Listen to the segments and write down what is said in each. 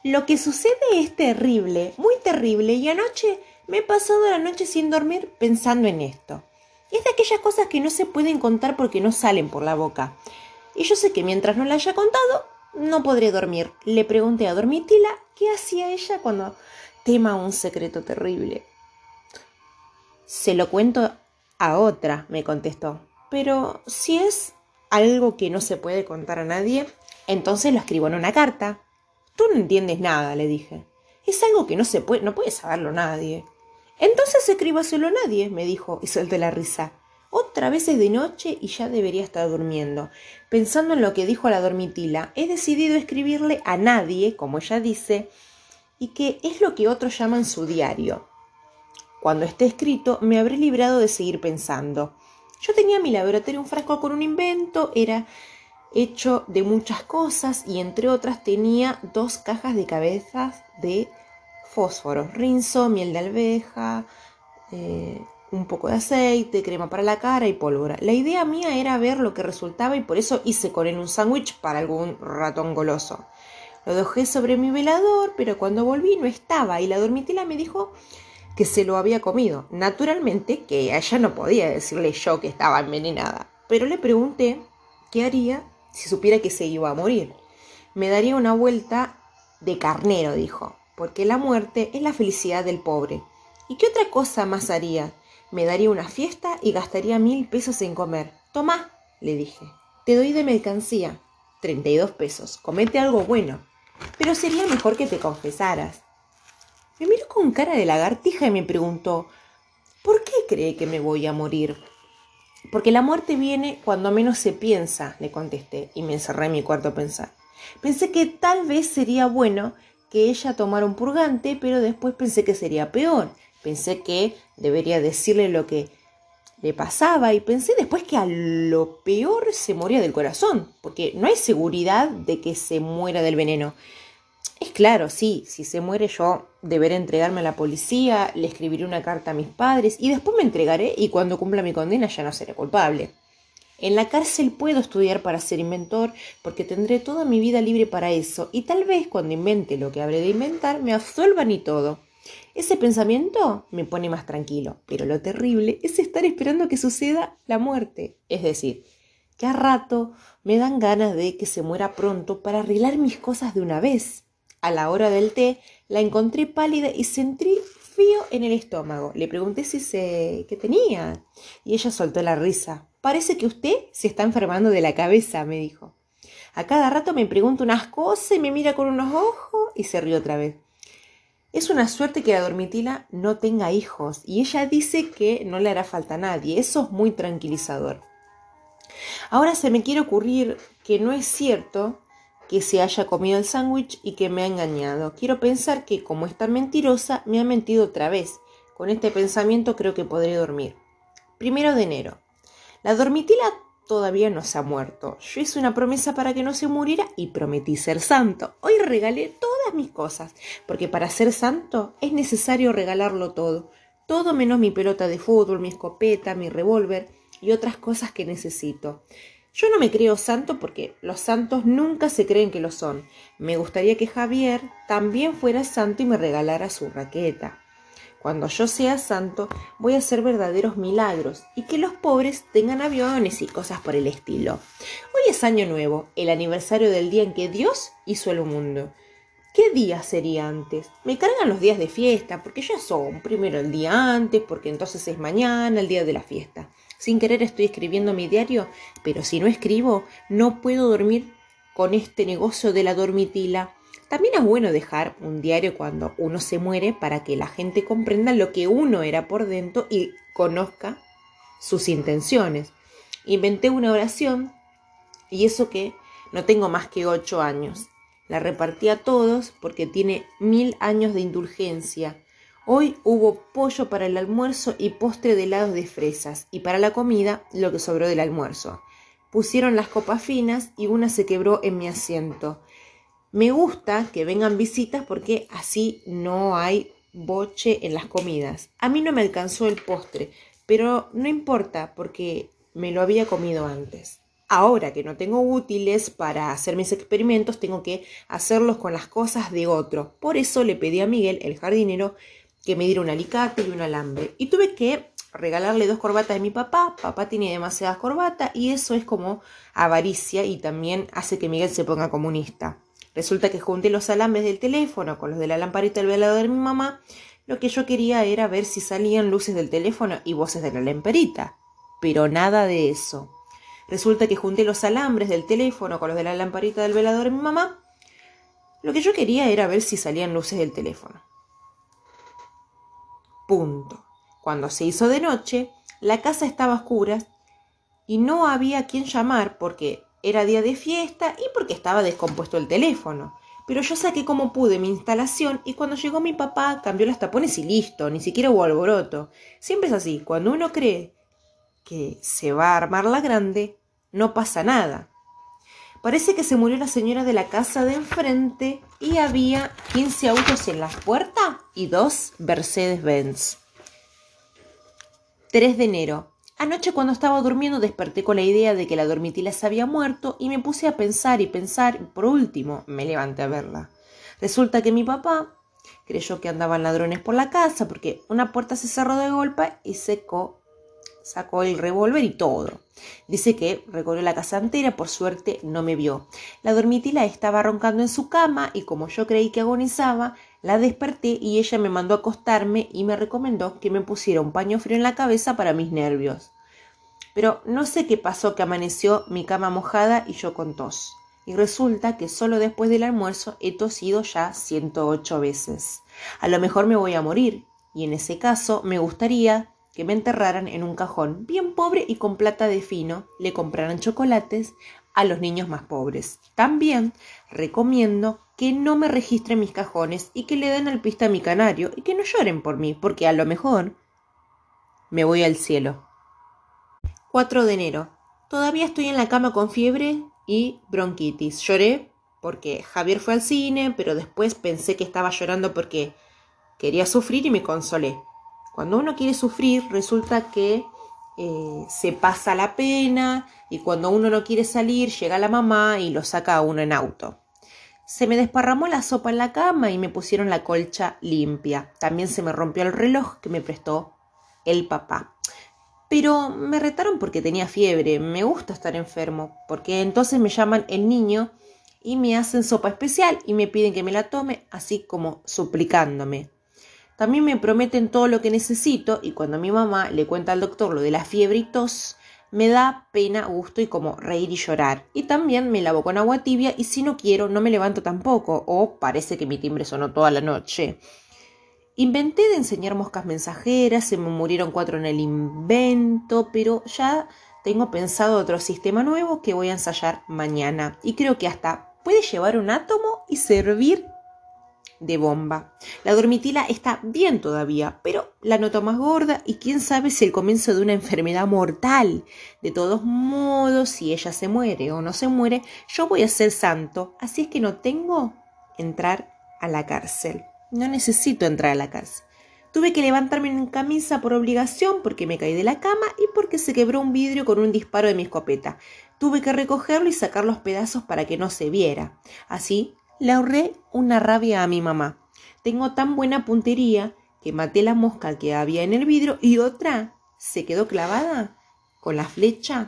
Lo que sucede es terrible, muy terrible, y anoche me he pasado la noche sin dormir pensando en esto. Es de aquellas cosas que no se pueden contar porque no salen por la boca. Y yo sé que mientras no la haya contado, no podré dormir. Le pregunté a Dormitila qué hacía ella cuando tema un secreto terrible. Se lo cuento a otra, me contestó. Pero si es algo que no se puede contar a nadie, entonces lo escribo en una carta. Tú no entiendes nada, le dije. Es algo que no puede saberlo nadie. Entonces escríbaselo a nadie, me dijo y solté la risa. Otra vez es de noche y ya debería estar durmiendo. Pensando en lo que dijo la dormitila, he decidido escribirle a nadie, como ella dice, y que es lo que otros llaman su diario. Cuando esté escrito, me habré librado de seguir pensando. Yo tenía en mi laboratorio un frasco con un invento, era hecho de muchas cosas y entre otras tenía 2 cajas de cabezas de fósforo, rinzo, miel de alveja, un poco de aceite, crema para la cara y pólvora. La idea mía era ver lo que resultaba y por eso hice con él un sándwich para algún ratón goloso. Lo dejé sobre mi velador, pero cuando volví no estaba y la dormitila me dijo que se lo había comido. Naturalmente que a ella no podía decirle yo que estaba envenenada, pero le pregunté qué haría si supiera que se iba a morir. Me daría una vuelta de carnero, dijo, porque la muerte es la felicidad del pobre. ¿Y qué otra cosa más haría? Me daría una fiesta y gastaría 1000 pesos en comer. Tomá, le dije, te doy de mercancía. 32 pesos, comete algo bueno. Pero sería mejor que te confesaras. Me miró con cara de lagartija y me preguntó, ¿por qué cree que me voy a morir? Porque la muerte viene cuando menos se piensa, le contesté, y me encerré en mi cuarto a pensar. Pensé que tal vez sería bueno que ella tomara un purgante, pero después pensé que sería peor. Pensé que debería decirle lo que le pasaba y pensé después que a lo peor se moría del corazón, porque no hay seguridad de que se muera del veneno. Es claro, sí, si se muere yo deberé entregarme a la policía, le escribiré una carta a mis padres y después me entregaré y cuando cumpla mi condena ya no seré culpable. En la cárcel puedo estudiar para ser inventor porque tendré toda mi vida libre para eso y tal vez cuando invente lo que habré de inventar me absuelvan y todo. Ese pensamiento me pone más tranquilo, pero lo terrible es estar esperando que suceda la muerte. Es decir, que a rato me dan ganas de que se muera pronto para arreglar mis cosas de una vez. A la hora del té la encontré pálida y sentí frío en el estómago. Le pregunté qué tenía y ella soltó la risa. Parece que usted se está enfermando de la cabeza, me dijo. A cada rato me pregunta unas cosas y me mira con unos ojos y se rió otra vez. Es una suerte que la dormitila no tenga hijos y ella dice que no le hará falta a nadie. Eso es muy tranquilizador. Ahora se me quiere ocurrir que no es cierto que se haya comido el sándwich y que me ha engañado. Quiero pensar que, como es tan mentirosa, me ha mentido otra vez. Con este pensamiento creo que podré dormir. 1 de enero. La dormitila todavía no se ha muerto. Yo hice una promesa para que no se muriera y prometí ser santo. Hoy regalé todas mis cosas, porque para ser santo es necesario regalarlo todo. Todo menos mi pelota de fútbol, mi escopeta, mi revólver y otras cosas que necesito. Yo no me creo santo porque los santos nunca se creen que lo son. Me gustaría que Javier también fuera santo y me regalara su raqueta. Cuando yo sea santo, voy a hacer verdaderos milagros y que los pobres tengan aviones y cosas por el estilo. Hoy es Año Nuevo, el aniversario del día en que Dios hizo el mundo. ¿Qué día sería antes? Me cargan los días de fiesta, porque ya son primero el día antes, porque entonces es mañana, el día de la fiesta. Sin querer estoy escribiendo mi diario, pero si no escribo, no puedo dormir con este negocio de la dormitila. También es bueno dejar un diario cuando uno se muere para que la gente comprenda lo que uno era por dentro y conozca sus intenciones. Inventé una oración y eso que no tengo más que 8 años. La repartí a todos porque tiene 1000 años de indulgencia. Hoy hubo pollo para el almuerzo y postre de helados de fresas, y para la comida lo que sobró del almuerzo. Pusieron las copas finas y una se quebró en mi asiento. Me gusta que vengan visitas porque así no hay boche en las comidas. A mí no me alcanzó el postre, pero no importa porque me lo había comido antes. Ahora que no tengo útiles para hacer mis experimentos, tengo que hacerlos con las cosas de otro. Por eso le pedí a Miguel, el jardinero, que me diera un alicate y un alambre. Y tuve que regalarle 2 corbatas de mi papá. Papá tiene demasiadas corbatas y eso es como avaricia y también hace que Miguel se ponga comunista. Resulta que junté los alambres del teléfono con los de la lamparita del velador de mi mamá. Lo que yo quería era ver si salían luces del teléfono y voces de la lamparita. Pero nada de eso. Resulta que junté los alambres del teléfono con los de la lamparita del velador de mi mamá. Lo que yo quería era ver si salían luces del teléfono. Punto. Cuando se hizo de noche, la casa estaba a oscuras y no había a quién llamar porque era día de fiesta y porque estaba descompuesto el teléfono. Pero yo saqué como pude mi instalación y cuando llegó mi papá cambió los tapones y listo, ni siquiera hubo alboroto. Siempre es así, cuando uno cree que se va a armar la grande, no pasa nada. Parece que se murió la señora de la casa de enfrente y había 15 autos en la puerta y 2 Mercedes-Benz. 3 de enero. Anoche cuando estaba durmiendo desperté con la idea de que la dormitila se había muerto y me puse a pensar y por último me levanté a verla. Resulta que mi papá creyó que andaban ladrones por la casa porque una puerta se cerró de golpe y sacó el revólver y todo. Dice que recorrió la casa entera, por suerte no me vio. La dormitila estaba roncando en su cama y como yo creí que agonizaba, la desperté y ella me mandó a acostarme y me recomendó que me pusiera un paño frío en la cabeza para mis nervios. Pero no sé qué pasó que amaneció mi cama mojada y yo con tos. Y resulta que solo después del almuerzo he tosido ya 108 veces. A lo mejor me voy a morir y en ese caso me gustaría que me enterraran en un cajón bien pobre y con plata de fino, le compraran chocolates a los niños más pobres. También recomiendo que no me registren mis cajones y que le den al pista a mi canario y que no lloren por mí, porque a lo mejor me voy al cielo. 4 de enero. Todavía estoy en la cama con fiebre y bronquitis. Lloré porque Javier fue al cine, pero después pensé que estaba llorando porque quería sufrir y me consolé. Cuando uno quiere sufrir, resulta que se pasa la pena y cuando uno no quiere salir, llega la mamá y lo saca a uno en auto. Se me desparramó la sopa en la cama y me pusieron la colcha limpia. También se me rompió el reloj que me prestó el papá. Pero me retaron porque tenía fiebre. Me gusta estar enfermo, porque entonces me llaman el niño y me hacen sopa especial y me piden que me la tome, así como suplicándome. También me prometen todo lo que necesito y cuando mi mamá le cuenta al doctor lo de la fiebre y tos, me da pena, gusto y como reír y llorar. Y también me lavo con agua tibia y si no quiero no me levanto tampoco o parece que mi timbre sonó toda la noche. Inventé de enseñar moscas mensajeras, se me murieron 4 en el invento, pero ya tengo pensado otro sistema nuevo que voy a ensayar mañana y creo que hasta puede llevar un átomo y servir de bomba. La dormitila está bien todavía, pero la noto más gorda y quién sabe si el comienzo de una enfermedad mortal. De todos modos, si ella se muere o no se muere, yo voy a ser santo, así es que no tengo que entrar a la cárcel. No necesito entrar a la cárcel. Tuve que levantarme en camisa por obligación porque me caí de la cama y porque se quebró un vidrio con un disparo de mi escopeta. Tuve que recogerlo y sacar los pedazos para que no se viera. Así le ahorré una rabia a mi mamá. Tengo tan buena puntería que maté la mosca que había en el vidrio y otra se quedó clavada con la flecha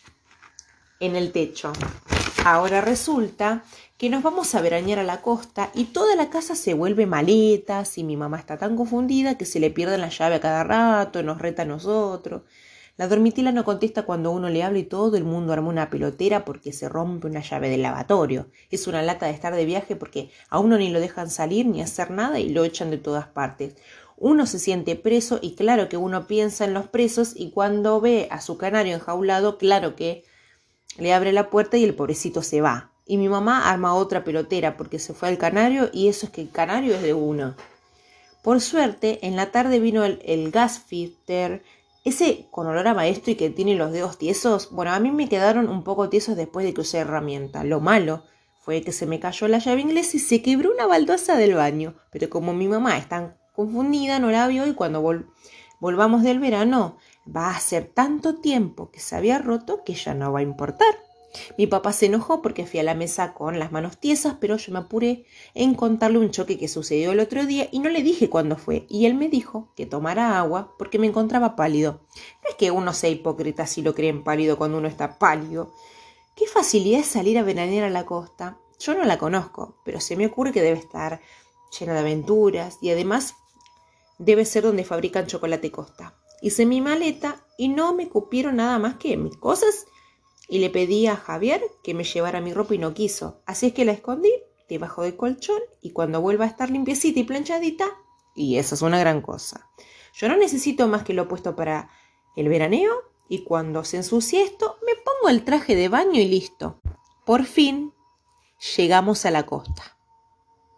en el techo. Ahora resulta que nos vamos a veranear a la costa y toda la casa se vuelve maletas y mi mamá está tan confundida que se le pierde la llave a cada rato, nos reta a nosotros. La dormitila no contesta cuando uno le habla y todo el mundo arma una pelotera porque se rompe una llave del lavatorio. Es una lata de estar de viaje porque a uno ni lo dejan salir ni hacer nada y lo echan de todas partes. Uno se siente preso y claro que uno piensa en los presos y cuando ve a su canario enjaulado, claro que le abre la puerta y el pobrecito se va. Y mi mamá arma otra pelotera porque se fue al canario y eso es que el canario es de uno. Por suerte, en la tarde vino el gasfitter, ese con olor a maestro y que tiene los dedos tiesos. Bueno, a mí me quedaron un poco tiesos después de que usé herramienta. Lo malo fue que se me cayó la llave inglesa y se quebró una baldosa del baño. Pero como mi mamá es tan confundida, no la vio y cuando volvamos del verano va a ser tanto tiempo que se había roto que ya no va a importar. Mi papá se enojó porque fui a la mesa con las manos tiesas, pero yo me apuré en contarle un choque que sucedió el otro día y no le dije cuándo fue. Y él me dijo que tomara agua porque me encontraba pálido. No es que uno sea hipócrita si lo creen pálido cuando uno está pálido. Qué facilidad es salir a veranear a la costa. Yo no la conozco, pero se me ocurre que debe estar llena de aventuras y además debe ser donde fabrican chocolate Costa. Hice mi maleta y no me cupieron nada más que mis cosas y le pedí a Javier que me llevara mi ropa y no quiso. Así es que la escondí debajo del colchón y cuando vuelva a estar limpiecita y planchadita, y eso es una gran cosa. Yo no necesito más que lo puesto para el veraneo y cuando se ensucie esto me pongo el traje de baño y listo. Por fin llegamos a la costa.